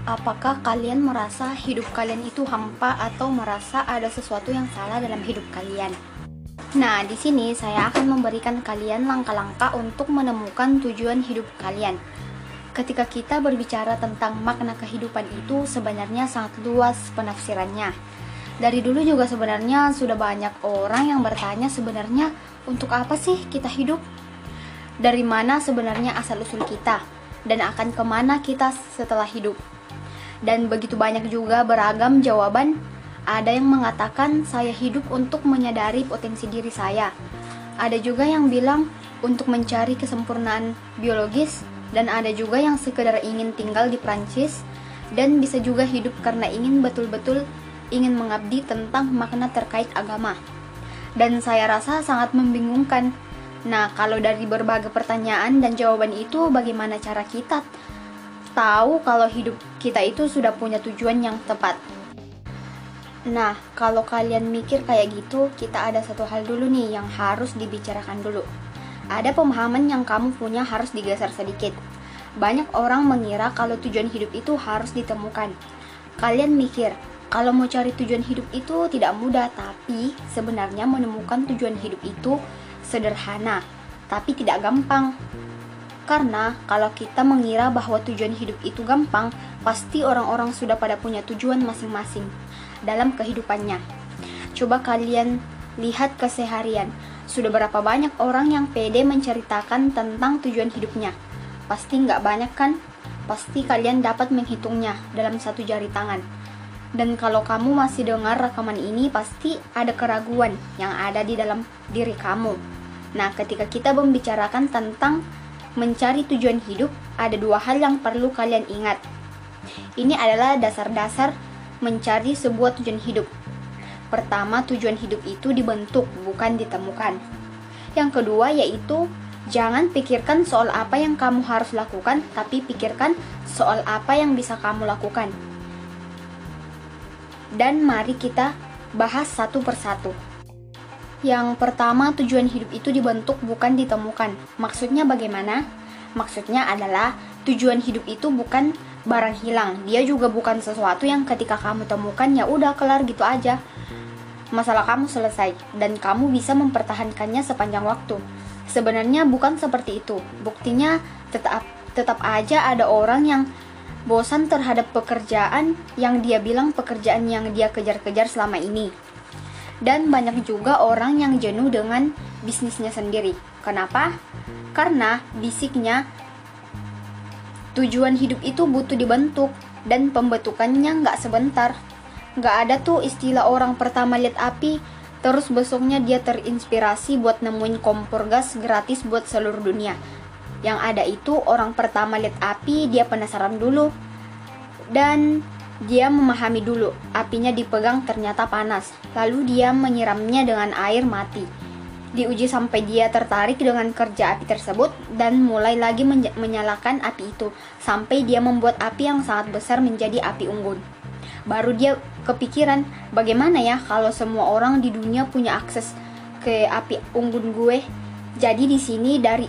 Apakah kalian merasa hidup kalian itu hampa atau merasa ada sesuatu yang salah dalam hidup kalian? Nah, di sini saya akan memberikan kalian langkah-langkah untuk menemukan tujuan hidup kalian. Ketika kita berbicara tentang makna kehidupan itu sebenarnya sangat luas penafsirannya. Dari dulu juga sebenarnya sudah banyak orang yang bertanya sebenarnya untuk apa sih kita hidup? Dari mana sebenarnya asal-usul kita? Dan akan kemana kita setelah hidup? Dan begitu banyak juga beragam jawaban. Ada yang mengatakan saya hidup untuk menyadari potensi diri saya. Ada juga yang bilang untuk mencari kesempurnaan biologis. Dan ada juga yang sekedar ingin tinggal di Prancis. Dan bisa juga hidup karena ingin betul-betul ingin mengabdi tentang makna terkait agama. Dan saya rasa sangat membingungkan. Nah, kalau dari berbagai pertanyaan dan jawaban itu, bagaimana cara kita tahu kalau hidup kita itu sudah punya tujuan yang tepat? Nah, kalau kalian mikir kayak gitu, kita ada satu hal dulu nih yang harus dibicarakan dulu. Ada pemahaman yang kamu punya harus digeser sedikit. Banyak orang mengira kalau tujuan hidup itu harus ditemukan. Kalian mikir, kalau mau cari tujuan hidup itu tidak mudah, tapi sebenarnya menemukan tujuan hidup itu sederhana, tapi tidak gampang. Karena kalau kita mengira bahwa tujuan hidup itu gampang, pasti orang-orang sudah pada punya tujuan masing-masing dalam kehidupannya. Coba kalian lihat keseharian, sudah berapa banyak orang yang pede menceritakan tentang tujuan hidupnya? Pasti nggak banyak kan? Pasti kalian dapat menghitungnya dalam satu jari tangan. Dan kalau kamu masih dengar rekaman ini, pasti ada keraguan yang ada di dalam diri kamu. Nah, ketika kita membicarakan tentang mencari tujuan hidup, ada dua hal yang perlu kalian ingat. Ini adalah dasar-dasar mencari sebuah tujuan hidup. Pertama, tujuan hidup itu dibentuk, bukan ditemukan. Yang kedua yaitu, jangan pikirkan soal apa yang kamu harus lakukan, tapi pikirkan soal apa yang bisa kamu lakukan. Dan mari kita bahas satu persatu. Yang pertama, tujuan hidup itu dibentuk bukan ditemukan. Maksudnya bagaimana? Maksudnya adalah tujuan hidup itu bukan barang hilang. Dia juga bukan sesuatu yang ketika kamu temukan ya udah kelar gitu aja. Masalah kamu selesai dan kamu bisa mempertahankannya sepanjang waktu. Sebenarnya bukan seperti itu. Buktinya tetap aja ada orang yang bosan terhadap pekerjaan yang dia bilang pekerjaan yang dia kejar-kejar selama ini. Dan banyak juga orang yang jenuh dengan bisnisnya sendiri. Kenapa? Karena bisiknya tujuan hidup itu butuh dibentuk dan pembentukannya nggak sebentar. Nggak ada tuh istilah orang pertama lihat api, terus besoknya dia terinspirasi buat nemuin kompor gas gratis buat seluruh dunia. Yang ada itu orang pertama lihat api, dia penasaran dulu. Dan dia memahami dulu, apinya dipegang ternyata panas. Lalu dia menyiramnya dengan air mati. Diuji sampai dia tertarik dengan kerja api tersebut dan mulai lagi menyalakan api itu. Sampai dia membuat api yang sangat besar menjadi api unggun. Baru dia kepikiran, bagaimana ya kalau semua orang di dunia punya akses ke api unggun gue? Jadi di sini dari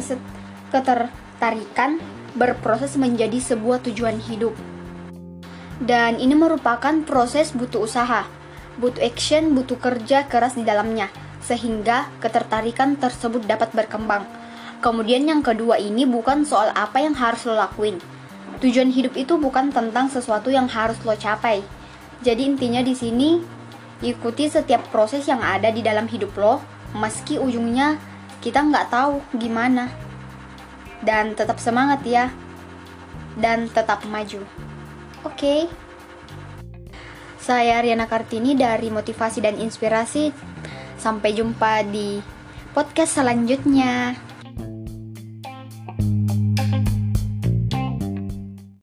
ketertarikan berproses menjadi sebuah tujuan hidup. Dan ini merupakan proses butuh usaha, butuh action, butuh kerja keras di dalamnya, sehingga ketertarikan tersebut dapat berkembang. Kemudian yang kedua ini bukan soal apa yang harus lo lakuin. Tujuan hidup itu bukan tentang sesuatu yang harus lo capai. Jadi intinya di sini, ikuti setiap proses yang ada di dalam hidup lo, meski ujungnya kita nggak tahu gimana. Dan tetap semangat ya, dan tetap maju. Oke. Saya Riana Kartini dari Motivasi dan Inspirasi. Sampai jumpa di podcast selanjutnya.